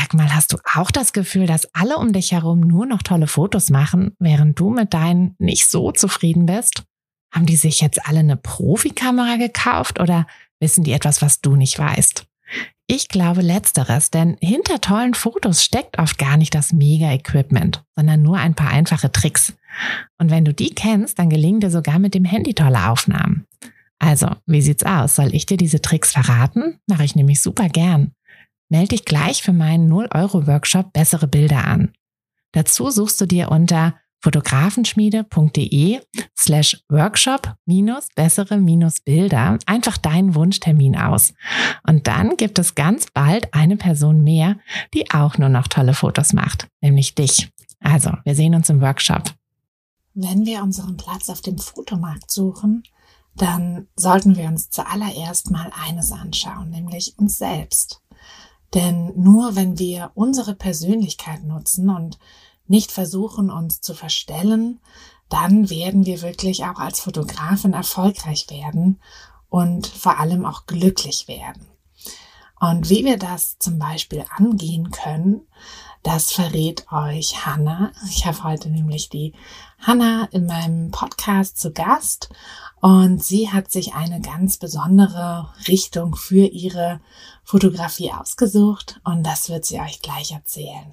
Sag mal, hast du auch das Gefühl, dass alle um dich herum nur noch tolle Fotos machen, während du mit deinen nicht so zufrieden bist? Haben die sich jetzt alle eine Profikamera gekauft oder wissen die etwas, was du nicht weißt? Ich glaube letzteres, denn hinter tollen Fotos steckt oft gar nicht das Mega-Equipment, sondern nur ein paar einfache Tricks. Und wenn du die kennst, dann gelingen dir sogar mit dem Handy tolle Aufnahmen. Also, wie sieht's aus? Soll ich dir diese Tricks verraten? Mache ich nämlich super gern. Melde dich gleich für meinen 0-Euro-Workshop Bessere Bilder an. Dazu suchst du dir unter fotografenschmiede.de/workshop-bessere-bilder einfach deinen Wunschtermin aus. Und dann gibt es ganz bald eine Person mehr, die auch nur noch tolle Fotos macht, nämlich dich. Also, wir sehen uns im Workshop. Wenn wir unseren Platz auf dem Fotomarkt suchen, dann sollten wir uns zuallererst mal eines anschauen, nämlich uns selbst. Denn nur wenn wir unsere Persönlichkeit nutzen und nicht versuchen, uns zu verstellen, dann werden wir wirklich auch als Fotografin erfolgreich werden und vor allem auch glücklich werden. Und wie wir das zum Beispiel angehen können, das verrät euch Hannah. Ich habe heute nämlich die Hannah in meinem Podcast zu Gast und sie hat sich eine ganz besondere Richtung für ihre Fotografie ausgesucht und das wird sie euch gleich erzählen.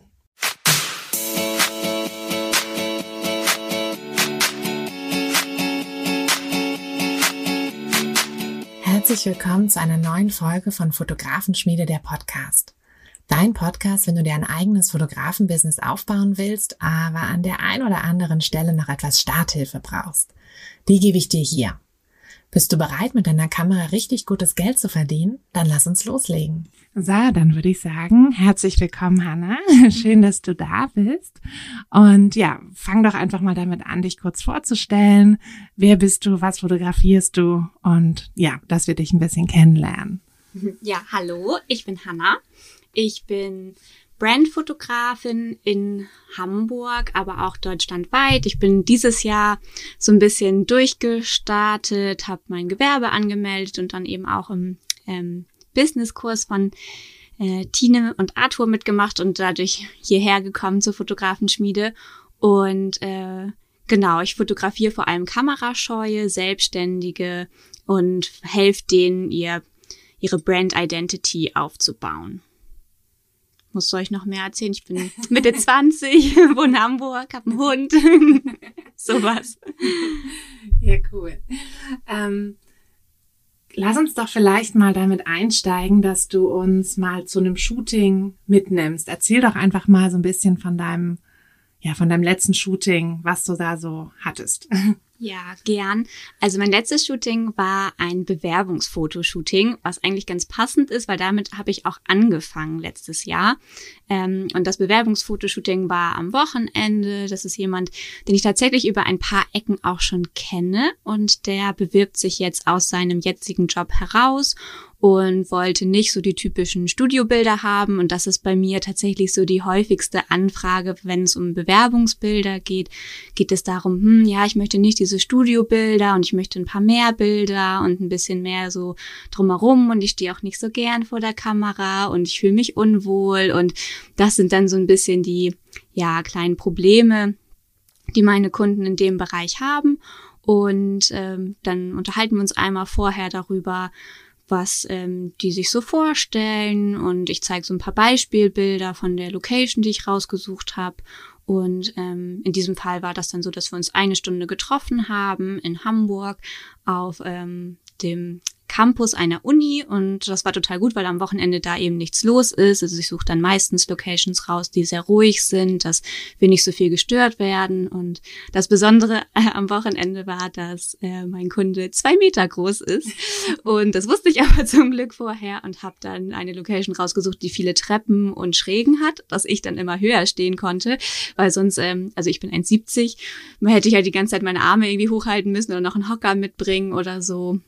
Herzlich willkommen zu einer neuen Folge von Fotografenschmiede, der Podcast. Dein Podcast, wenn du dir ein eigenes Fotografenbusiness aufbauen willst, aber an der ein oder anderen Stelle noch etwas Starthilfe brauchst. Die gebe ich dir hier. Bist du bereit, mit deiner Kamera richtig gutes Geld zu verdienen? Dann lass uns loslegen. So, dann würde ich sagen, herzlich willkommen, Hannah. Schön, dass du da bist. Und ja, fang doch einfach mal damit an, dich kurz vorzustellen. Wer bist du? Was fotografierst du? Und ja, dass wir dich ein bisschen kennenlernen. Ja, hallo, ich bin Hannah. Ich bin Brandfotografin in Hamburg, aber auch deutschlandweit. Ich bin dieses Jahr so ein bisschen durchgestartet, habe mein Gewerbe angemeldet und dann eben auch im Businesskurs von Tine und Arthur mitgemacht und dadurch hierher gekommen zur Fotografenschmiede. Und genau, ich fotografiere vor allem kamerascheue, Selbstständige und helfe denen, ihre Brand Identity aufzubauen. Soll ich noch mehr erzählen? Ich bin Mitte 20, wohne in Hamburg, habe einen Hund, sowas. Ja, cool. Lass uns doch vielleicht mal damit einsteigen, dass du uns mal zu einem Shooting mitnimmst. Erzähl doch einfach mal so ein bisschen von deinem letzten Shooting, was du da so hattest. Ja, gern. Also mein letztes Shooting war ein Bewerbungsfotoshooting, was eigentlich ganz passend ist, weil damit habe ich auch angefangen letztes Jahr. Und das Bewerbungsfotoshooting war am Wochenende. Das ist jemand, den ich tatsächlich über ein paar Ecken auch schon kenne und der bewirbt sich jetzt aus seinem jetzigen Job heraus und wollte nicht so die typischen Studiobilder haben. Und das ist bei mir tatsächlich so die häufigste Anfrage, wenn es um Bewerbungsbilder geht. Geht es darum, ich möchte nicht diese Studiobilder und ich möchte ein paar mehr Bilder und ein bisschen mehr so drumherum und ich stehe auch nicht so gern vor der Kamera und ich fühle mich unwohl. Und das sind dann so ein bisschen die kleinen Probleme, die meine Kunden in dem Bereich haben. Und dann unterhalten wir uns einmal vorher darüber, was die sich so vorstellen und ich zeige so ein paar Beispielbilder von der Location, die ich rausgesucht habe und in diesem Fall war das dann so, dass wir uns 1 Stunde getroffen haben in Hamburg auf dem Campus einer Uni und das war total gut, weil am Wochenende da eben nichts los ist. Also ich suche dann meistens Locations raus, die sehr ruhig sind, dass wir nicht so viel gestört werden. Und das Besondere am Wochenende war, dass mein Kunde 2 Meter groß ist. Und das wusste ich aber zum Glück vorher und habe dann eine Location rausgesucht, die viele Treppen und Schrägen hat, dass ich dann immer höher stehen konnte, weil sonst, also ich bin 1,70, hätte ich halt die ganze Zeit meine Arme irgendwie hochhalten müssen oder noch einen Hocker mitbringen oder so.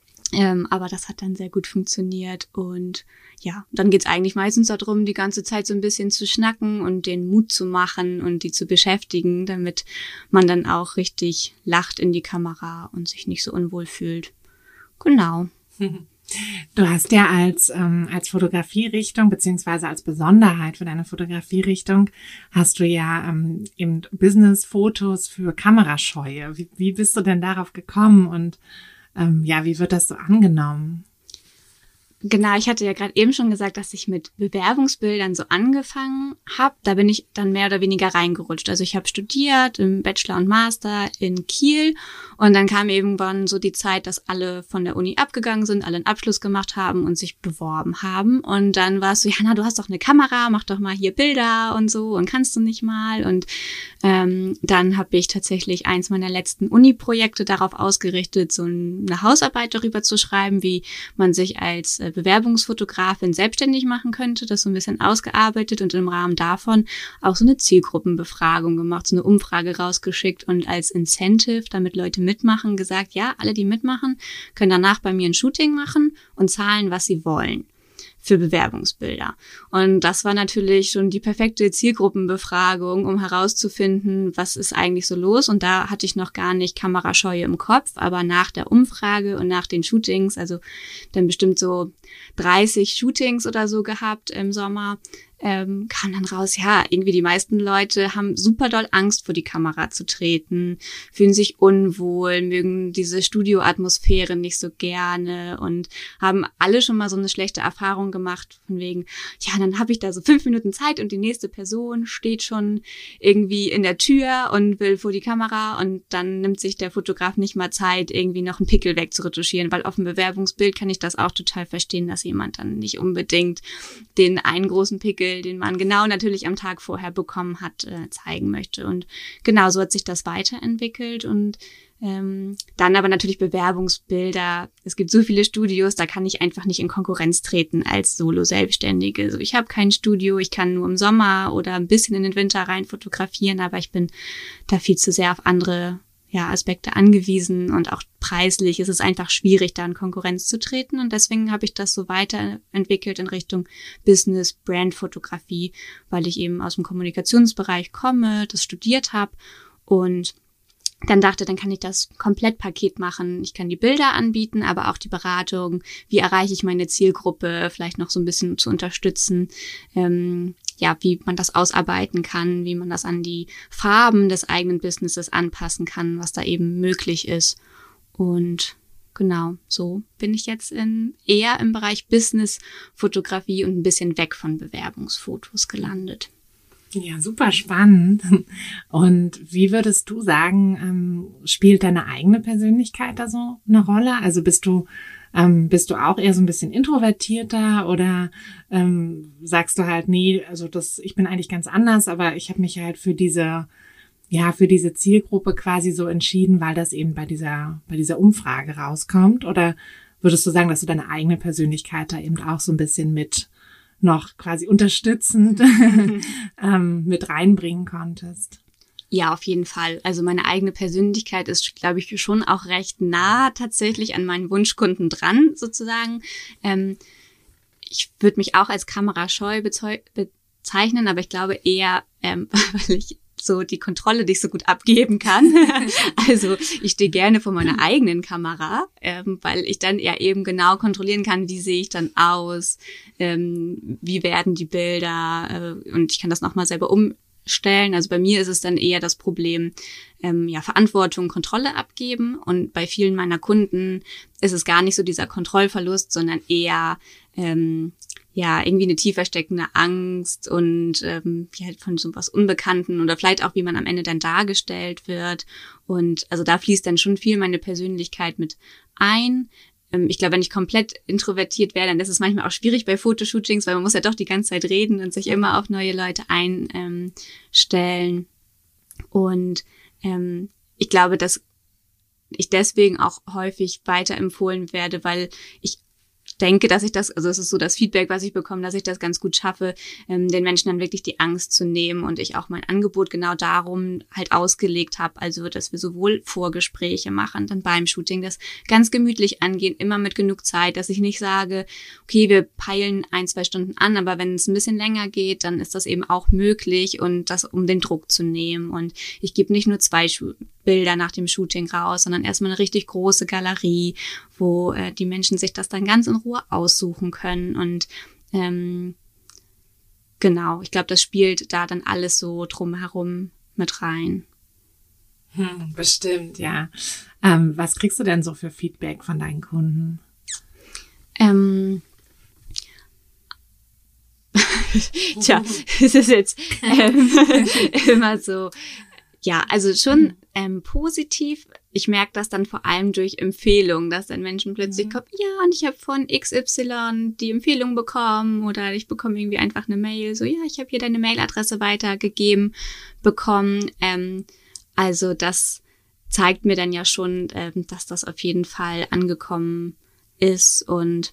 Aber das hat dann sehr gut funktioniert und ja, dann geht's eigentlich meistens darum, die ganze Zeit so ein bisschen zu schnacken und den Mut zu machen und die zu beschäftigen, damit man dann auch richtig lacht in die Kamera und sich nicht so unwohl fühlt. Genau. Du hast ja als Fotografierichtung beziehungsweise als Besonderheit für deine Fotografierichtung hast du ja eben Business-Fotos für Kamerascheue. Wie bist du denn darauf gekommen und wie wird das so angenommen? Genau, ich hatte ja gerade eben schon gesagt, dass ich mit Bewerbungsbildern so angefangen habe. Da bin ich dann mehr oder weniger reingerutscht. Also ich habe studiert im Bachelor und Master in Kiel und dann kam irgendwann so die Zeit, dass alle von der Uni abgegangen sind, alle einen Abschluss gemacht haben und sich beworben haben. Und dann war es so, Jana, du hast doch eine Kamera, mach doch mal hier Bilder und so und kannst du nicht mal? Und dann habe ich tatsächlich eins meiner letzten Uni-Projekte darauf ausgerichtet, so eine Hausarbeit darüber zu schreiben, wie man sich als Bewerbungsfotografin selbstständig machen könnte, das so ein bisschen ausgearbeitet und im Rahmen davon auch so eine Zielgruppenbefragung gemacht, so eine Umfrage rausgeschickt und als Incentive, damit Leute mitmachen, gesagt, ja, alle, die mitmachen, können danach bei mir ein Shooting machen und zahlen, was sie wollen für Bewerbungsbilder. Und das war natürlich schon die perfekte Zielgruppenbefragung, um herauszufinden, was ist eigentlich so los. Und da hatte ich noch gar nicht Kamerascheue im Kopf, aber nach der Umfrage und nach den Shootings, also dann bestimmt so 30 Shootings oder so gehabt im Sommer, kam dann raus, ja, irgendwie die meisten Leute haben super doll Angst, vor die Kamera zu treten, fühlen sich unwohl, mögen diese Studioatmosphäre nicht so gerne und haben alle schon mal so eine schlechte Erfahrung gemacht, von wegen, ja, dann habe ich da so 5 Minuten Zeit und die nächste Person steht schon irgendwie in der Tür und will vor die Kamera und dann nimmt sich der Fotograf nicht mal Zeit, irgendwie noch einen Pickel wegzuretuschieren, weil auf dem Bewerbungsbild kann ich das auch total verstehen, dass jemand dann nicht unbedingt den einen großen Pickel, den man genau natürlich am Tag vorher bekommen hat, zeigen möchte. Und genau so hat sich das weiterentwickelt und dann aber natürlich Bewerbungsbilder. Es gibt so viele Studios, da kann ich einfach nicht in Konkurrenz treten als Solo-Selbstständige. Also ich habe kein Studio, ich kann nur im Sommer oder ein bisschen in den Winter rein fotografieren, aber ich bin da viel zu sehr auf andere Aspekte angewiesen und auch preislich ist es einfach schwierig, da in Konkurrenz zu treten und deswegen habe ich das so weiterentwickelt in Richtung Business-Brand-Fotografie, weil ich eben aus dem Kommunikationsbereich komme, das studiert habe und dann dachte, dann kann ich das Komplettpaket machen. Ich kann die Bilder anbieten, aber auch die Beratung. Wie erreiche ich meine Zielgruppe? Vielleicht noch so ein bisschen zu unterstützen. Wie man das ausarbeiten kann, wie man das an die Farben des eigenen Businesses anpassen kann, was da eben möglich ist. Und genau, so bin ich jetzt eher im Bereich Business-Fotografie und ein bisschen weg von Bewerbungsfotos gelandet. Ja, super spannend. Und wie würdest du sagen, spielt deine eigene Persönlichkeit da so eine Rolle? Also bist du auch eher so ein bisschen introvertierter oder sagst du halt, nee, also ich bin eigentlich ganz anders, aber ich habe mich halt für diese Zielgruppe quasi so entschieden, weil das eben bei dieser Umfrage rauskommt? Oder würdest du sagen, dass du deine eigene Persönlichkeit da eben auch so ein bisschen mit noch quasi unterstützend mit reinbringen konntest? Ja, auf jeden Fall. Also meine eigene Persönlichkeit ist, glaube ich, schon auch recht nah tatsächlich an meinen Wunschkunden dran, sozusagen. Ich würde mich auch als kamerascheu bezeichnen, aber ich glaube eher, weil ich so die Kontrolle nicht so gut abgeben kann. Also ich stehe gerne vor meiner eigenen Kamera, weil ich dann ja eben genau kontrollieren kann, wie sehe ich dann aus, wie werden die Bilder und ich kann das nochmal selber umstellen. Also bei mir ist es dann eher das Problem, Verantwortung, Kontrolle abgeben und bei vielen meiner Kunden ist es gar nicht so dieser Kontrollverlust, sondern eher irgendwie eine tiefer steckende Angst und von so was Unbekannten oder vielleicht auch, wie man am Ende dann dargestellt wird. Und also da fließt dann schon viel meine Persönlichkeit mit ein. Ich glaube, wenn ich komplett introvertiert wäre, dann ist es manchmal auch schwierig bei Fotoshootings, weil man muss ja doch die ganze Zeit reden und sich immer auf neue Leute einstellen. Und ich glaube, dass ich deswegen auch häufig weiterempfohlen werde, weil ich denke, dass ich das, also es ist so das Feedback, was ich bekomme, dass ich das ganz gut schaffe, den Menschen dann wirklich die Angst zu nehmen und ich auch mein Angebot genau darum halt ausgelegt habe, also dass wir sowohl Vorgespräche machen, dann beim Shooting das ganz gemütlich angehen, immer mit genug Zeit, dass ich nicht sage, okay, wir peilen 1-2 Stunden an, aber wenn es ein bisschen länger geht, dann ist das eben auch möglich und das, um den Druck zu nehmen und ich gebe nicht nur 2 Bilder nach dem Shooting raus, sondern erstmal eine richtig große Galerie, wo die Menschen sich das dann ganz in Ruhe aussuchen können. Und genau, ich glaube, das spielt da dann alles so drumherum mit rein. Bestimmt, ja. Was kriegst du denn so für Feedback von deinen Kunden? Tja, es ist jetzt immer so, ja, also schon positiv. Ich merke das dann vor allem durch Empfehlungen, dass dann Menschen plötzlich kommen, ja, und ich habe von XY die Empfehlung bekommen oder ich bekomme irgendwie einfach eine Mail, so, ja, ich habe hier deine Mailadresse weitergegeben bekommen. Also das zeigt mir dann ja schon, dass das auf jeden Fall angekommen ist und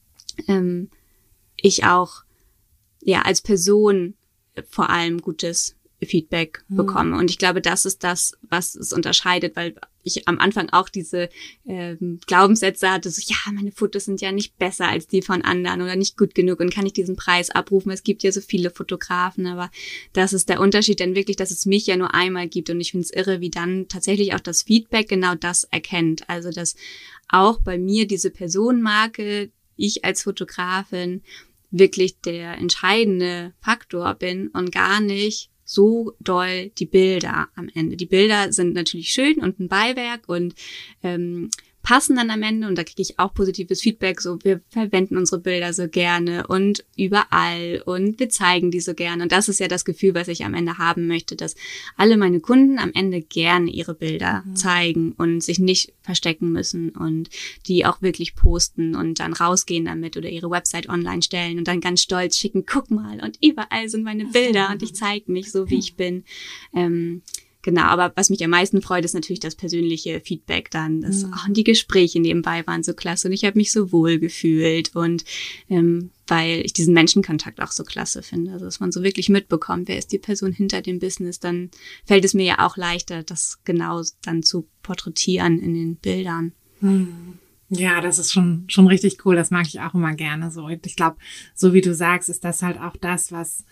ich auch ja als Person vor allem gutes Feedback bekomme. Und ich glaube, das ist das, was es unterscheidet, weil ich am Anfang auch diese Glaubenssätze hatte, so, ja, meine Fotos sind ja nicht besser als die von anderen oder nicht gut genug und kann ich diesen Preis abrufen. Es gibt ja so viele Fotografen, aber das ist der Unterschied dann wirklich, dass es mich ja nur einmal gibt und ich finde es irre, wie dann tatsächlich auch das Feedback genau das erkennt. Also, dass auch bei mir diese Personenmarke, ich als Fotografin, wirklich der entscheidende Faktor bin und gar nicht so doll die Bilder am Ende. Die Bilder sind natürlich schön und ein Beiwerk und passen dann am Ende und da kriege ich auch positives Feedback, so wir verwenden unsere Bilder so gerne und überall und wir zeigen die so gerne und das ist ja das Gefühl, was ich am Ende haben möchte, dass alle meine Kunden am Ende gerne ihre Bilder zeigen und sich nicht verstecken müssen und die auch wirklich posten und dann rausgehen damit oder ihre Website online stellen und dann ganz stolz schicken, guck mal und überall sind meine Bilder und ich zeige mich so, wie ich bin. Genau, aber was mich am meisten freut, ist natürlich das persönliche Feedback dann. Und die Gespräche nebenbei waren so klasse und ich habe mich so wohl gefühlt und weil ich diesen Menschenkontakt auch so klasse finde, also dass man so wirklich mitbekommt, wer ist die Person hinter dem Business, dann fällt es mir ja auch leichter, das genau dann zu porträtieren in den Bildern. Ja, das ist schon richtig cool, das mag ich auch immer gerne so. Ich glaube, so wie du sagst, ist das halt auch das, was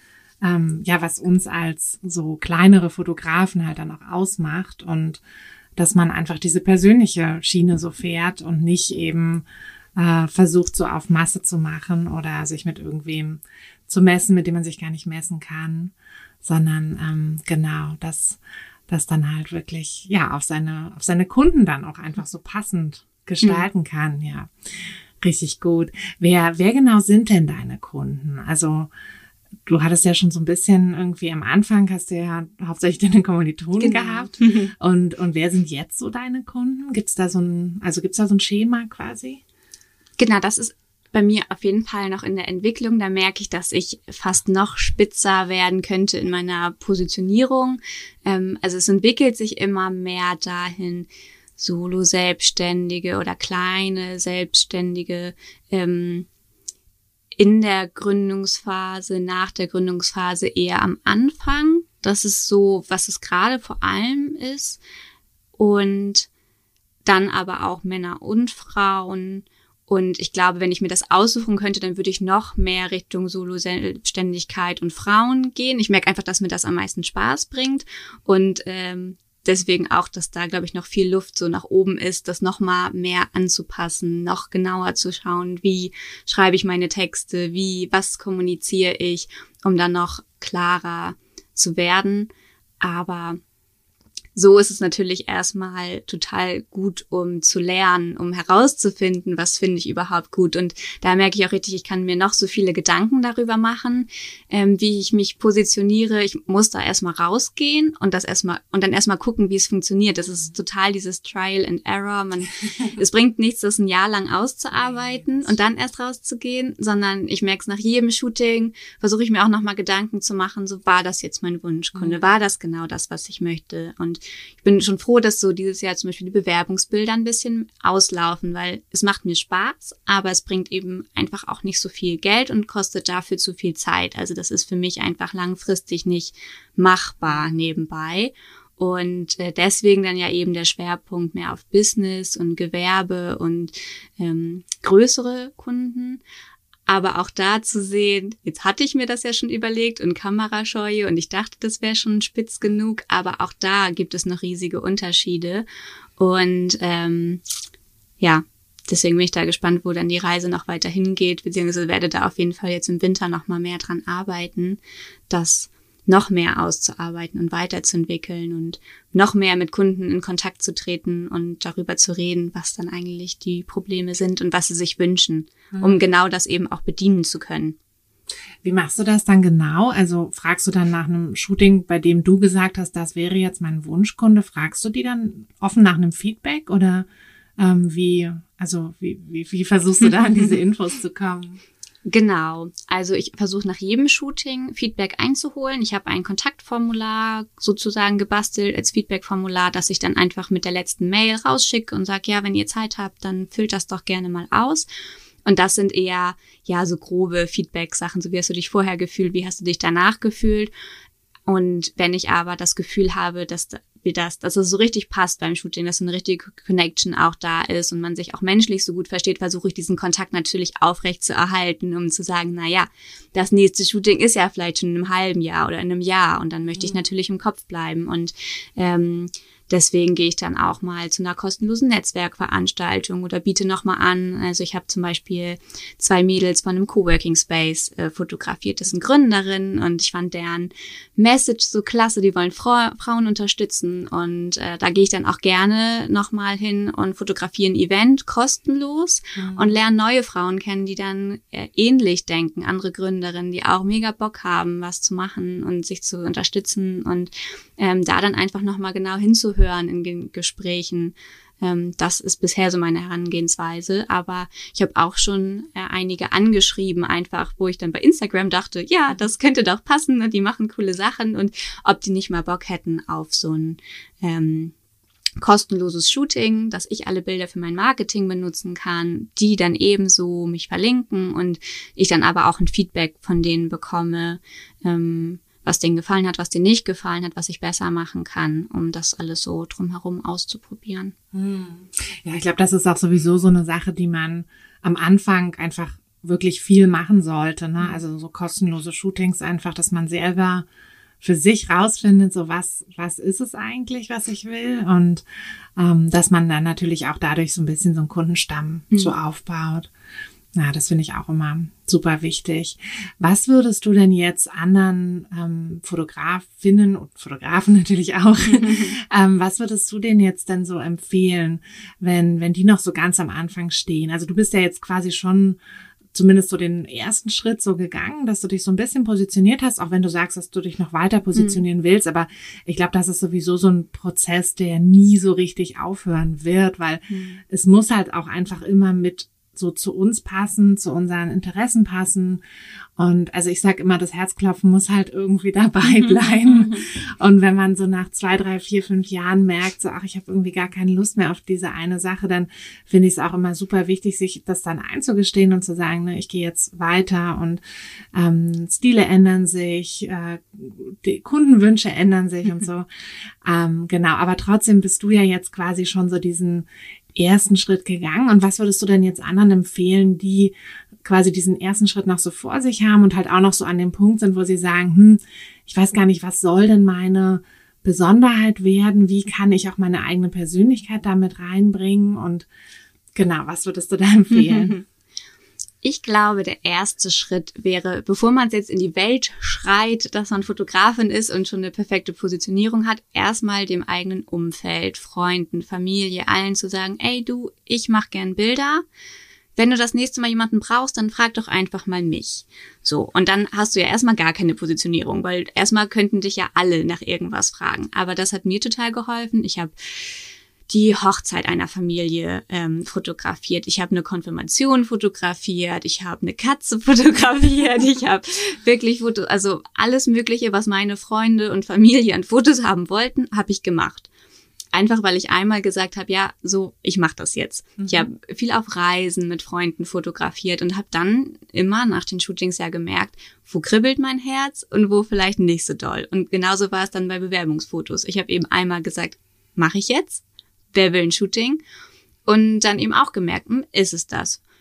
was uns als so kleinere Fotografen halt dann auch ausmacht und dass man einfach diese persönliche Schiene so fährt und nicht eben versucht, so auf Masse zu machen oder sich mit irgendwem zu messen, mit dem man sich gar nicht messen kann, sondern genau, dass das dann halt wirklich ja auf seine Kunden dann auch einfach so passend gestalten kann. Ja, richtig gut. Wer genau sind denn deine Kunden? Also du hattest ja schon so ein bisschen irgendwie am Anfang, hast du ja hauptsächlich deine Kommilitonen gehabt. Und wer sind jetzt so deine Kunden? Gibt's da so ein Schema quasi? Genau, das ist bei mir auf jeden Fall noch in der Entwicklung. Da merke ich, dass ich fast noch spitzer werden könnte in meiner Positionierung. Also es entwickelt sich immer mehr dahin, Solo-Selbstständige oder kleine Selbstständige, in der Gründungsphase, nach der Gründungsphase eher am Anfang. Das ist so, was es gerade vor allem ist. Und dann aber auch Männer und Frauen. Und ich glaube, wenn ich mir das aussuchen könnte, dann würde ich noch mehr Richtung Solo-Selbstständigkeit und Frauen gehen. Ich merke einfach, dass mir das am meisten Spaß bringt. Und deswegen auch, dass da, glaube ich, noch viel Luft so nach oben ist, das noch mal mehr anzupassen, noch genauer zu schauen, wie schreibe ich meine Texte, was kommuniziere ich, um dann noch klarer zu werden. Aber so ist es natürlich erstmal total gut, um zu lernen, um herauszufinden, was finde ich überhaupt gut. Und da merke ich auch richtig, ich kann mir noch so viele Gedanken darüber machen, wie ich mich positioniere. Ich muss da erstmal rausgehen und dann erstmal gucken, wie es funktioniert. Das ist total dieses Trial and Error. Es bringt nichts, das ein Jahr lang auszuarbeiten und dann erst rauszugehen, sondern ich merke es nach jedem Shooting, versuche ich mir auch nochmal Gedanken zu machen, so war das jetzt mein Wunschkunde? War das genau das, was ich möchte? Und ich bin schon froh, dass so dieses Jahr zum Beispiel die Bewerbungsbilder ein bisschen auslaufen, weil es macht mir Spaß, aber es bringt eben einfach auch nicht so viel Geld und kostet dafür zu viel Zeit. Also das ist für mich einfach langfristig nicht machbar nebenbei. Und deswegen dann ja eben der Schwerpunkt mehr auf Business und Gewerbe und größere Kunden. Aber auch da zu sehen, jetzt hatte ich mir das ja schon überlegt und Kamerascheue und ich dachte, das wäre schon spitz genug, aber auch da gibt es noch riesige Unterschiede. Und deswegen bin ich da gespannt, wo dann die Reise noch weiter hingeht, beziehungsweise werde da auf jeden Fall jetzt im Winter noch mal mehr dran arbeiten, das noch mehr auszuarbeiten und weiterzuentwickeln und noch mehr mit Kunden in Kontakt zu treten und darüber zu reden, was dann eigentlich die Probleme sind und was sie sich wünschen, um genau das eben auch bedienen zu können. Wie machst du das dann genau? Also fragst du dann nach einem Shooting, bei dem du gesagt hast, das wäre jetzt mein Wunschkunde, fragst du die dann offen nach einem Feedback oder wie versuchst du da an diese Infos zu kommen? Genau, also ich versuche nach jedem Shooting Feedback einzuholen. Ich habe ein Kontaktformular sozusagen gebastelt als Feedbackformular, das ich dann einfach mit der letzten Mail rausschicke und sage, ja, wenn ihr Zeit habt, dann füllt das doch gerne mal aus. Und das sind eher so grobe Feedback-Sachen, so wie hast du dich vorher gefühlt, wie hast du dich danach gefühlt. Und wenn ich aber das Gefühl habe, dass es so richtig passt beim Shooting, dass so eine richtige Connection auch da ist und man sich auch menschlich so gut versteht, versuche ich diesen Kontakt natürlich aufrecht zu erhalten, um zu sagen, das nächste Shooting ist ja vielleicht schon in einem halben Jahr oder in einem Jahr und dann möchte ich natürlich im Kopf bleiben und deswegen gehe ich dann auch mal zu einer kostenlosen Netzwerkveranstaltung oder biete nochmal an. Also ich habe zum Beispiel 2 Mädels von einem Coworking Space fotografiert. Das sind Gründerinnen und ich fand deren Message so klasse. Die wollen Frauen unterstützen und da gehe ich dann auch gerne nochmal hin und fotografiere ein Event kostenlos und lerne neue Frauen kennen, die dann ähnlich denken. Andere Gründerinnen, die auch mega Bock haben, was zu machen und sich zu unterstützen und da dann einfach nochmal genau hinzuhören in den Gesprächen. Das ist bisher so meine Herangehensweise, aber ich habe auch schon einige angeschrieben, einfach, wo ich dann bei Instagram dachte, ja, das könnte doch passen, ne? Die machen coole Sachen und ob die nicht mal Bock hätten auf so ein kostenloses Shooting, dass ich alle Bilder für mein Marketing benutzen kann, die dann ebenso mich verlinken und ich dann aber auch ein Feedback von denen bekomme, was denen gefallen hat, was denen nicht gefallen hat, was ich besser machen kann, um das alles so drumherum auszuprobieren. Ja, ich glaube, das ist auch sowieso so eine Sache, die man am Anfang einfach wirklich viel machen sollte, ne? Also so kostenlose Shootings einfach, dass man selber für sich rausfindet, so was ist es eigentlich, was ich will und dass man dann natürlich auch dadurch so ein bisschen so einen Kundenstamm so aufbaut. Ja, das finde ich auch immer super wichtig. Was würdest du denn jetzt anderen Fotografinnen und Fotografen natürlich auch, was würdest du denen jetzt denn so empfehlen, wenn die noch so ganz am Anfang stehen? Also du bist ja jetzt quasi schon zumindest so den ersten Schritt so gegangen, dass du dich so ein bisschen positioniert hast, auch wenn du sagst, dass du dich noch weiter positionieren willst. Aber ich glaube, das ist sowieso so ein Prozess, der nie so richtig aufhören wird, weil es muss halt auch einfach immer mit so zu uns passen, zu unseren Interessen passen. Und also ich sage immer, das Herzklopfen muss halt irgendwie dabei bleiben. Und wenn man so nach 2, 3, 4, 5 Jahren merkt, so, ich habe irgendwie gar keine Lust mehr auf diese eine Sache, dann finde ich es auch immer super wichtig, sich das dann einzugestehen und zu sagen, ne, ich gehe jetzt weiter und Stile ändern sich, die Kundenwünsche ändern sich und so. Genau, aber trotzdem bist du ja jetzt quasi schon so diesen ersten Schritt gegangen. Und was würdest du denn jetzt anderen empfehlen, die quasi diesen ersten Schritt noch so vor sich haben und halt auch noch so an dem Punkt sind, wo sie sagen, ich weiß gar nicht, was soll denn meine Besonderheit werden? Wie kann ich auch meine eigene Persönlichkeit damit reinbringen? Und genau, was würdest du da empfehlen? Ich glaube, der erste Schritt wäre, bevor man jetzt in die Welt schreit, dass man Fotografin ist und schon eine perfekte Positionierung hat, erstmal dem eigenen Umfeld, Freunden, Familie, allen zu sagen, ey du, ich mache gern Bilder. Wenn du das nächste Mal jemanden brauchst, dann frag doch einfach mal mich. So, und dann hast du ja erstmal gar keine Positionierung, weil erstmal könnten dich ja alle nach irgendwas fragen. Aber das hat mir total geholfen. Ich habe die Hochzeit einer Familie fotografiert. Ich habe eine Konfirmation fotografiert. Ich habe eine Katze fotografiert. Ich habe wirklich Fotos, also alles Mögliche, was meine Freunde und Familie an Fotos haben wollten, habe ich gemacht. Einfach, weil ich einmal gesagt habe, ja, so, ich mache das jetzt. Ich habe viel auf Reisen mit Freunden fotografiert und habe dann immer nach den Shootings ja gemerkt, wo kribbelt mein Herz und wo vielleicht nicht so doll. Und genauso war es dann bei Bewerbungsfotos. Ich habe eben einmal gesagt, mache ich jetzt? Wer will ein Shooting? Und dann eben auch gemerkt, ist es das?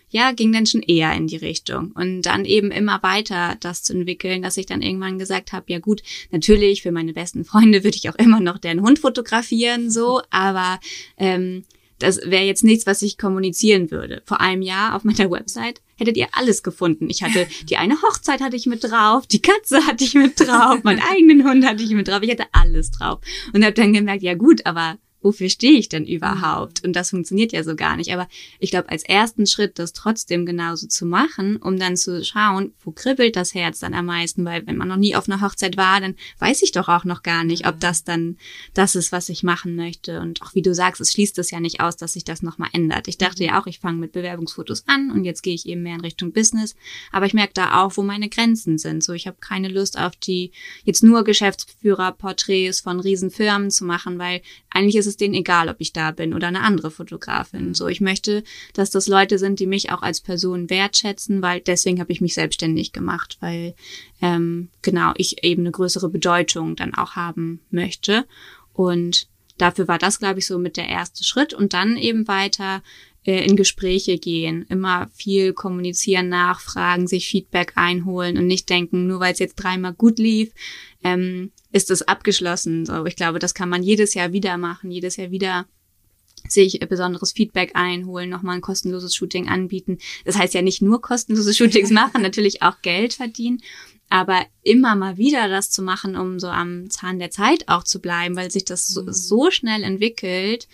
ja, ging dann schon eher in die Richtung. Und dann eben immer weiter das zu entwickeln, dass ich dann irgendwann gesagt habe, ja gut, natürlich, für meine besten Freunde würde ich auch immer noch deren Hund fotografieren, so, aber das wäre jetzt nichts, was ich kommunizieren würde. Vor einem Jahr auf meiner Website hättet ihr alles gefunden. Ich hatte die eine Hochzeit hatte ich mit drauf, die Katze hatte ich mit drauf, meinen eigenen Hund hatte ich mit drauf, ich hatte alles drauf. Und habe dann gemerkt, ja gut, aber wofür stehe ich denn überhaupt? Und das funktioniert ja so gar nicht. Aber ich glaube, als ersten Schritt, das trotzdem genauso zu machen, um dann zu schauen, wo kribbelt das Herz dann am meisten? Weil wenn man noch nie auf einer Hochzeit war, dann weiß ich doch auch noch gar nicht, ob das dann das ist, was ich machen möchte. Und auch wie du sagst, es schließt es ja nicht aus, dass sich das nochmal ändert. Ich dachte ja auch, ich fange mit Bewerbungsfotos an und jetzt gehe ich eben mehr in Richtung Business. Aber ich merke da auch, wo meine Grenzen sind. So, ich habe keine Lust auf die jetzt nur Geschäftsführerporträts von Riesenfirmen zu machen, weil eigentlich ist es denen egal, ob ich da bin oder eine andere Fotografin. So, ich möchte, dass das Leute sind, die mich auch als Person wertschätzen, weil deswegen habe ich mich selbstständig gemacht, weil genau ich eben eine größere Bedeutung dann auch haben möchte. Und dafür war das, glaube ich, so mit der erste Schritt. Und dann eben weiter in Gespräche gehen, immer viel kommunizieren, nachfragen, sich Feedback einholen und nicht denken, nur weil es jetzt 3-mal gut lief, ist es abgeschlossen. So, ich glaube, das kann man jedes Jahr wieder machen, jedes Jahr wieder sich besonderes Feedback einholen, nochmal ein kostenloses Shooting anbieten. Das heißt ja nicht nur kostenlose Shootings machen, natürlich auch Geld verdienen, aber immer mal wieder das zu machen, um so am Zahn der Zeit auch zu bleiben, weil sich das so schnell entwickelt,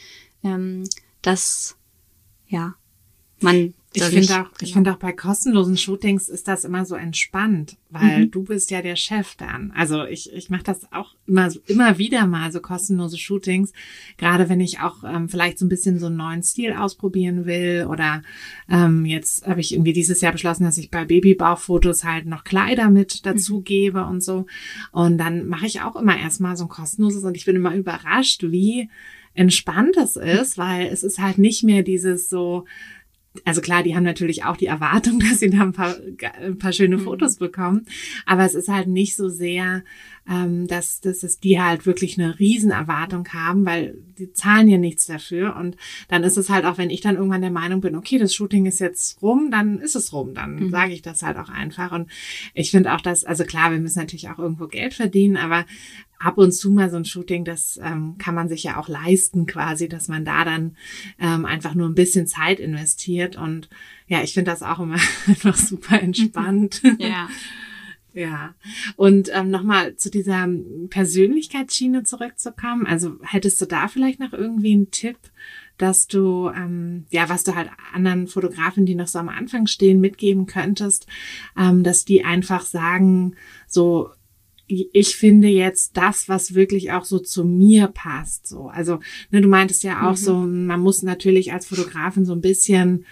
dass ja, man Ich finde auch bei kostenlosen Shootings ist das immer so entspannt, weil du bist ja der Chef dann. Also ich mache das auch immer wieder mal, so kostenlose Shootings, gerade wenn ich auch vielleicht so ein bisschen so einen neuen Stil ausprobieren will oder jetzt habe ich irgendwie dieses Jahr beschlossen, dass ich bei Babybauchfotos halt noch Kleider mit dazu gebe und so. Und dann mache ich auch immer erstmal so ein kostenloses und ich bin immer überrascht, wie entspannt es ist, weil es ist halt nicht mehr dieses so. Also klar, die haben natürlich auch die Erwartung, dass sie da ein paar schöne Fotos bekommen, aber es ist halt nicht so sehr, dass die halt wirklich eine Riesenerwartung haben, weil die zahlen ja nichts dafür und dann ist es halt auch, wenn ich dann irgendwann der Meinung bin, okay, das Shooting ist jetzt rum, dann ist es rum, dann sage ich das halt auch einfach und ich finde auch, dass, also klar, wir müssen natürlich auch irgendwo Geld verdienen, aber ab und zu mal so ein Shooting, das kann man sich ja auch leisten quasi, dass man da dann einfach nur ein bisschen Zeit investiert und ja, ich finde das auch immer einfach super entspannt. Ja. Ja, und nochmal zu dieser Persönlichkeitsschiene zurückzukommen, also hättest du da vielleicht noch irgendwie einen Tipp, dass du, was du halt anderen Fotografen, die noch so am Anfang stehen, mitgeben könntest, dass die einfach sagen, so, ich finde jetzt das, was wirklich auch so zu mir passt. So, also ne, du meintest ja auch so, man muss natürlich als Fotografin so ein bisschen,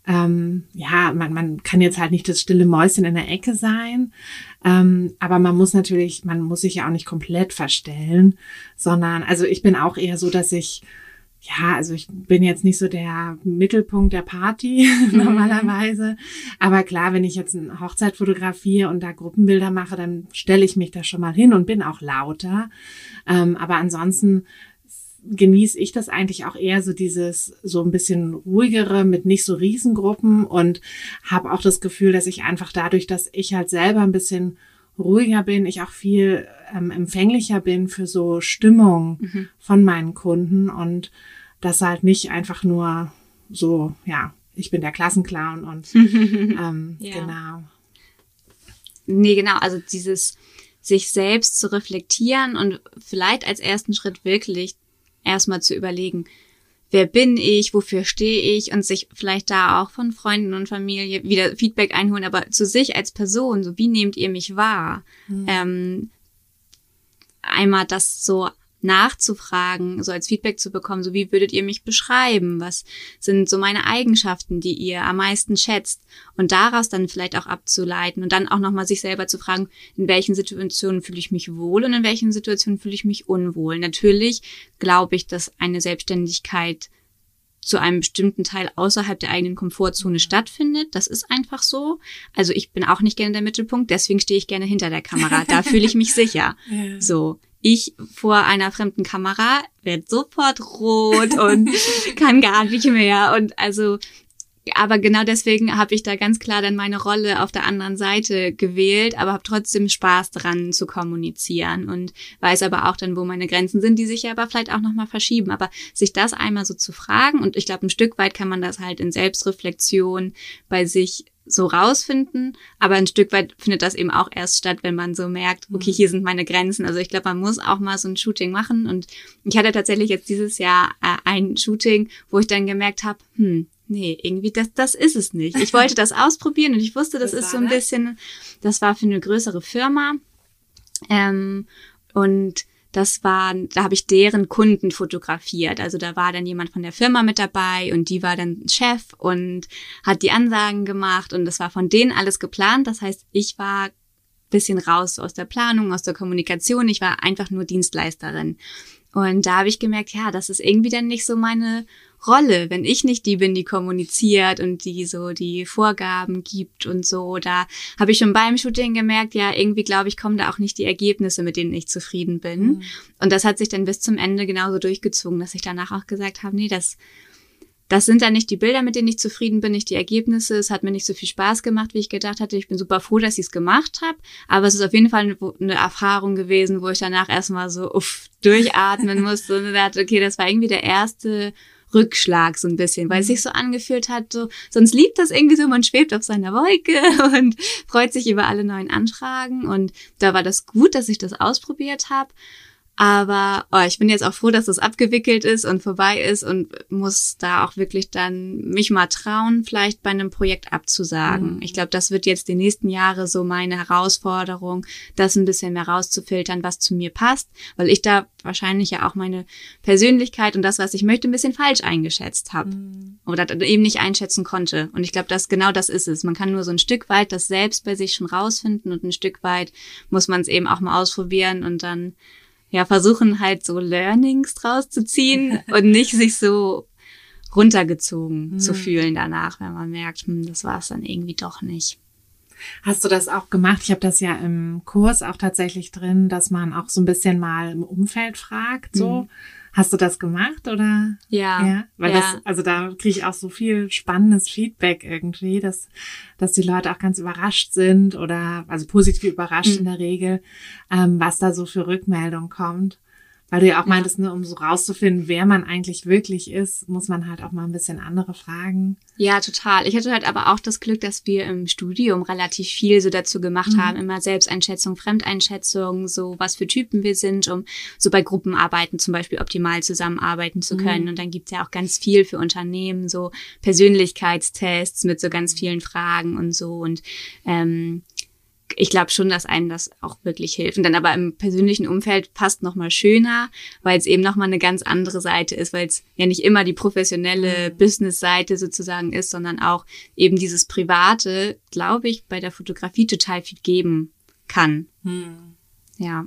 man kann jetzt halt nicht das stille Mäuschen in der Ecke sein, aber man muss sich ja auch nicht komplett verstellen, sondern, also ich bin auch eher so, dass ich bin jetzt nicht so der Mittelpunkt der Party normalerweise. Aber klar, wenn ich jetzt eine Hochzeit fotografiere und da Gruppenbilder mache, dann stelle ich mich da schon mal hin und bin auch lauter. Aber ansonsten genieße ich das eigentlich auch eher so dieses so ein bisschen ruhigere mit nicht so Riesengruppen und habe auch das Gefühl, dass ich einfach dadurch, dass ich halt selber ein bisschen ruhiger bin, ich auch viel empfänglicher bin für so Stimmung von meinen Kunden und das halt nicht einfach nur so, ja, ich bin der Klassenclown und genau. Nee, genau, also dieses sich selbst zu reflektieren und vielleicht als ersten Schritt wirklich erstmal zu überlegen, wer bin ich, wofür stehe ich und sich vielleicht da auch von Freunden und Familie wieder Feedback einholen, aber zu sich als Person, so wie nehmt ihr mich wahr? Einmal das so nachzufragen, so als Feedback zu bekommen, so wie würdet ihr mich beschreiben? Was sind so meine Eigenschaften, die ihr am meisten schätzt? Und daraus dann vielleicht auch abzuleiten und dann auch nochmal sich selber zu fragen, in welchen Situationen fühle ich mich wohl und in welchen Situationen fühle ich mich unwohl. Natürlich glaube ich, dass eine Selbstständigkeit zu einem bestimmten Teil außerhalb der eigenen Komfortzone stattfindet. Das ist einfach so. Also ich bin auch nicht gerne der Mittelpunkt, deswegen stehe ich gerne hinter der Kamera. Da fühle ich mich sicher. Ja. So. Ich vor einer fremden Kamera werde sofort rot und kann gar nicht mehr. Und also Aber genau deswegen habe ich da ganz klar dann meine Rolle auf der anderen Seite gewählt, aber habe trotzdem Spaß daran zu kommunizieren und weiß aber auch dann, wo meine Grenzen sind, die sich ja aber vielleicht auch nochmal verschieben. Aber sich das einmal so zu fragen, und ich glaube, ein Stück weit kann man das halt in Selbstreflexion bei sich so rausfinden, aber ein Stück weit findet das eben auch erst statt, wenn man so merkt, okay, hier sind meine Grenzen. Also ich glaube, man muss auch mal so ein Shooting machen, und ich hatte tatsächlich jetzt dieses Jahr ein Shooting, wo ich dann gemerkt habe, nee, irgendwie das ist es nicht. Ich wollte das ausprobieren und ich wusste, das ist so ein bisschen, das war für eine größere Firma, und da habe ich deren Kunden fotografiert. Also da war dann jemand von der Firma mit dabei und die war dann Chef und hat die Ansagen gemacht, und das war von denen alles geplant. Das heißt, ich war ein bisschen raus aus der Planung, aus der Kommunikation. Ich war einfach nur Dienstleisterin. Und da habe ich gemerkt, ja, das ist irgendwie dann nicht so meine Rolle, wenn ich nicht die bin, die kommuniziert und die so die Vorgaben gibt und so. Da habe ich schon beim Shooting gemerkt, ja, irgendwie glaube ich, kommen da auch nicht die Ergebnisse, mit denen ich zufrieden bin. Und das hat sich dann bis zum Ende genauso durchgezogen, dass ich danach auch gesagt habe, nee, das sind dann nicht die Bilder, mit denen ich zufrieden bin, nicht die Ergebnisse. Es hat mir nicht so viel Spaß gemacht, wie ich gedacht hatte. Ich bin super froh, dass ich es gemacht habe. Aber es ist auf jeden Fall eine Erfahrung gewesen, wo ich danach erstmal so durchatmen musste und dachte, okay, das war irgendwie der erste Rückschlag so ein bisschen, weil es sich so angefühlt hat, so, sonst liebt das irgendwie so, man schwebt auf seiner Wolke und freut sich über alle neuen Anfragen, und da war das gut, dass ich das ausprobiert habe. Aber ich bin jetzt auch froh, dass das abgewickelt ist und vorbei ist, und muss da auch wirklich dann mich mal trauen, vielleicht bei einem Projekt abzusagen. Ich glaube, das wird jetzt die nächsten Jahre so meine Herausforderung, das ein bisschen mehr rauszufiltern, was zu mir passt, weil ich da wahrscheinlich ja auch meine Persönlichkeit und das, was ich möchte, ein bisschen falsch eingeschätzt habe oder eben nicht einschätzen konnte. Und ich glaube, genau das ist es. Man kann nur so ein Stück weit das selbst bei sich schon rausfinden, und ein Stück weit muss man es eben auch mal ausprobieren und dann versuchen halt so Learnings draus zu ziehen und nicht sich so runtergezogen zu fühlen danach, wenn man merkt, das war es dann irgendwie doch nicht. Hast du das auch gemacht? Ich habe das ja im Kurs auch tatsächlich drin, dass man auch so ein bisschen mal im Umfeld fragt, so. Hast du das gemacht, oder? Ja. Weil also da kriege ich auch so viel spannendes Feedback irgendwie, dass die Leute auch ganz überrascht sind oder, also positiv überrascht in der Regel, was da so für Rückmeldung kommt. Weil du ja auch meintest, ne, um so rauszufinden, wer man eigentlich wirklich ist, muss man halt auch mal ein bisschen andere fragen. Ja, total. Ich hatte halt aber auch das Glück, dass wir im Studium relativ viel so dazu gemacht haben, immer Selbsteinschätzung, Fremdeinschätzung, so was für Typen wir sind, um so bei Gruppenarbeiten zum Beispiel optimal zusammenarbeiten zu können. Und dann gibt's ja auch ganz viel für Unternehmen, so Persönlichkeitstests mit so ganz vielen Fragen und so. Und ich glaube schon, dass einem das auch wirklich hilft. Und dann aber im persönlichen Umfeld fast noch mal schöner, weil es eben noch mal eine ganz andere Seite ist, weil es ja nicht immer die professionelle Business-Seite sozusagen ist, sondern auch eben dieses Private, glaube ich, bei der Fotografie total viel geben kann. Ja.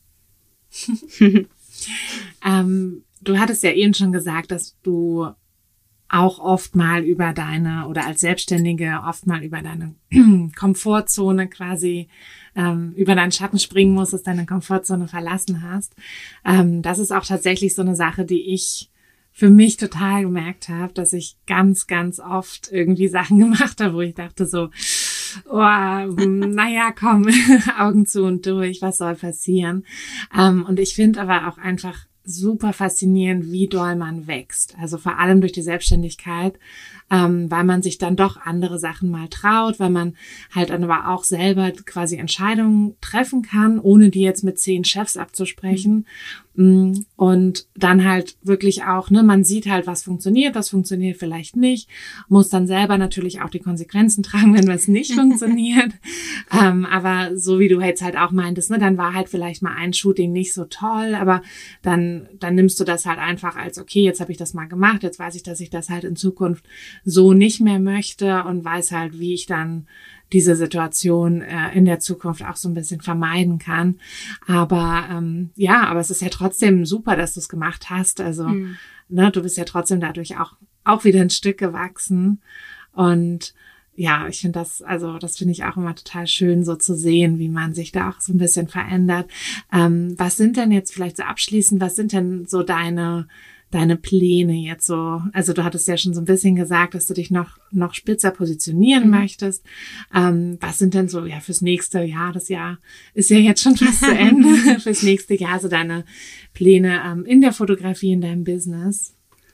Du hattest ja eben schon gesagt, dass du auch oft mal über oder als Selbstständige oft mal über deine Komfortzone quasi, über deinen Schatten springen musstest, deine Komfortzone verlassen hast. Das ist auch tatsächlich so eine Sache, die ich für mich total gemerkt habe, dass ich ganz, ganz oft irgendwie Sachen gemacht habe, wo ich dachte so, naja, komm, Augen zu und durch, was soll passieren? Und ich finde aber auch einfach super faszinierend, wie doll man wächst. Also vor allem durch die Selbstständigkeit, weil man sich dann doch andere Sachen mal traut, weil man halt dann aber auch selber quasi Entscheidungen treffen kann, ohne die jetzt mit 10 Chefs abzusprechen. Und dann halt wirklich auch, ne, man sieht halt, was funktioniert vielleicht nicht, muss dann selber natürlich auch die Konsequenzen tragen, wenn es nicht funktioniert. Aber so wie du jetzt halt auch meintest, ne, dann war halt vielleicht mal ein Shooting nicht so toll, aber dann nimmst du das halt einfach als, okay, jetzt habe ich das mal gemacht, jetzt weiß ich, dass ich das halt in Zukunft so nicht mehr möchte und weiß halt, wie ich dann diese Situation in der Zukunft auch so ein bisschen vermeiden kann. Aber aber es ist ja trotzdem super, dass du es gemacht hast. Also ne, du bist ja trotzdem dadurch auch wieder ein Stück gewachsen. Und ja, ich finde das finde ich auch immer total schön, so zu sehen, wie man sich da auch so ein bisschen verändert. Was sind denn jetzt vielleicht so abschließend, was sind denn so deine deine Pläne jetzt so? Also du hattest ja schon so ein bisschen gesagt, dass du dich noch spitzer positionieren möchtest. Was sind denn so, ja, fürs nächste Jahr, das Jahr ist ja jetzt schon fast zu Ende, fürs nächste Jahr so deine Pläne in der Fotografie, in deinem Business?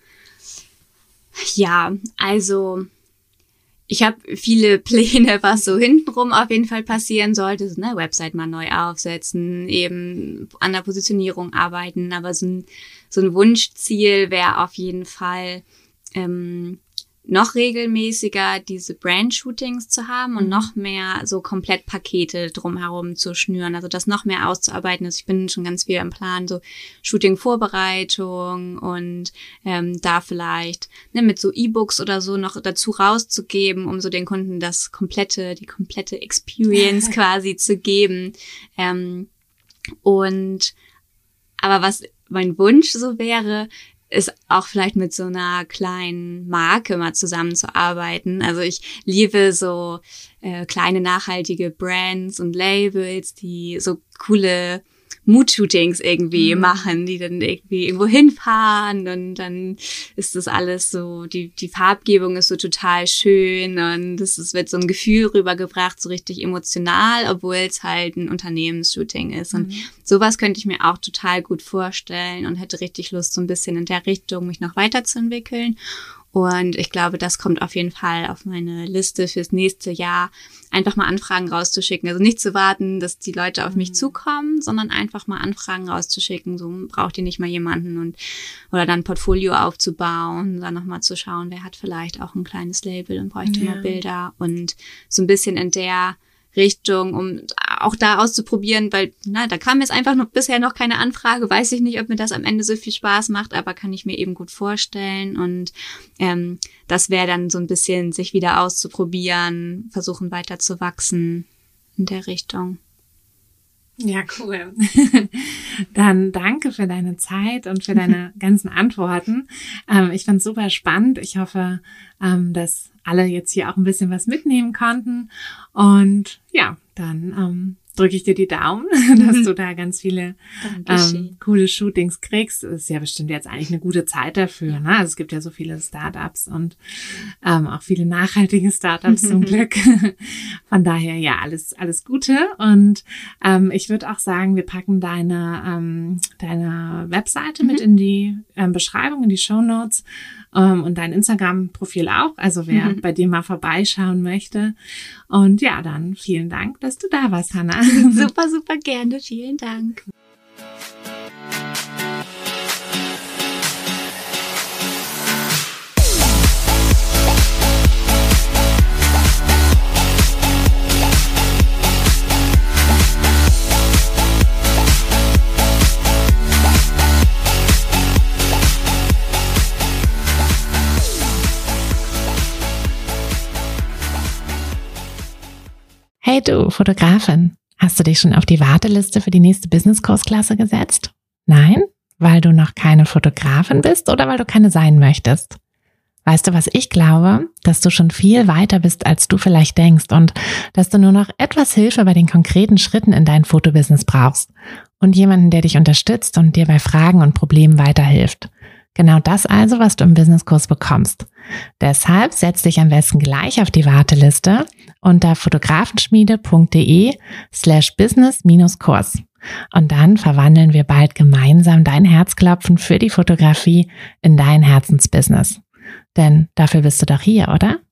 Ja, also ich habe viele Pläne, was so hintenrum auf jeden Fall passieren sollte. So, ne, Website mal neu aufsetzen, eben an der Positionierung arbeiten. Aber so ein Wunschziel wäre auf jeden Fall, noch regelmäßiger diese Brand-Shootings zu haben und noch mehr so komplett Pakete drumherum zu schnüren, also das noch mehr auszuarbeiten. Also ich bin schon ganz viel im Plan, so Shooting-Vorbereitung und da vielleicht mit so E-Books oder so noch dazu rauszugeben, um so den Kunden die komplette Experience quasi zu geben. Aber was mein Wunsch so wäre, ist auch vielleicht mit so einer kleinen Marke mal zusammenzuarbeiten. Also ich liebe so kleine nachhaltige Brands und Labels, die so coole Mood-Shootings irgendwie machen, die dann irgendwie irgendwo hinfahren und dann ist das alles so, die Farbgebung ist so total schön und es wird so ein Gefühl rübergebracht, so richtig emotional, obwohl es halt ein Unternehmensshooting ist. Und sowas könnte ich mir auch total gut vorstellen und hätte richtig Lust, so ein bisschen in der Richtung mich noch weiterzuentwickeln. Und ich glaube, das kommt auf jeden Fall auf meine Liste fürs nächste Jahr, einfach mal Anfragen rauszuschicken. Also nicht zu warten, dass die Leute auf mich zukommen, sondern einfach mal Anfragen rauszuschicken. So braucht ihr nicht mal jemanden oder dann ein Portfolio aufzubauen, dann nochmal zu schauen, wer hat vielleicht auch ein kleines Label und bräuchte mal Bilder und so ein bisschen in der Richtung, um auch da auszuprobieren, weil da kam jetzt einfach bisher noch keine Anfrage, weiß ich nicht, ob mir das am Ende so viel Spaß macht, aber kann ich mir eben gut vorstellen und das wäre dann so ein bisschen, sich wieder auszuprobieren, versuchen weiter zu wachsen in der Richtung. Ja, cool. Dann danke für deine Zeit und für deine ganzen Antworten. Ich fand es super spannend. Ich hoffe, dass alle jetzt hier auch ein bisschen was mitnehmen konnten. Und ja, dann drücke ich dir die Daumen, dass du da ganz viele coole Shootings kriegst. Das ist ja bestimmt jetzt eigentlich eine gute Zeit dafür. Ne? Also es gibt ja so viele Startups und auch viele nachhaltige Startups zum Glück. Von daher ja, alles Gute. Und ich würde auch sagen, wir packen deine Webseite mit in die Beschreibung, in die Shownotes und dein Instagram-Profil auch. Also wer bei dir mal vorbeischauen möchte. Und ja, dann vielen Dank, dass du da warst, Hannah. Super, super gerne. Vielen Dank. Hey du, Fotografin, hast du dich schon auf die Warteliste für die nächste Business-Kursklasse gesetzt? Nein? Weil du noch keine Fotografin bist oder weil du keine sein möchtest? Weißt du, was ich glaube? Dass du schon viel weiter bist, als du vielleicht denkst und dass du nur noch etwas Hilfe bei den konkreten Schritten in dein Fotobusiness brauchst und jemanden, der dich unterstützt und dir bei Fragen und Problemen weiterhilft. Genau das also, was du im Businesskurs bekommst. Deshalb setz dich am besten gleich auf die Warteliste unter fotografenschmiede.de/business-Kurs. Und dann verwandeln wir bald gemeinsam dein Herzklopfen für die Fotografie in dein Herzensbusiness. Denn dafür bist du doch hier, oder?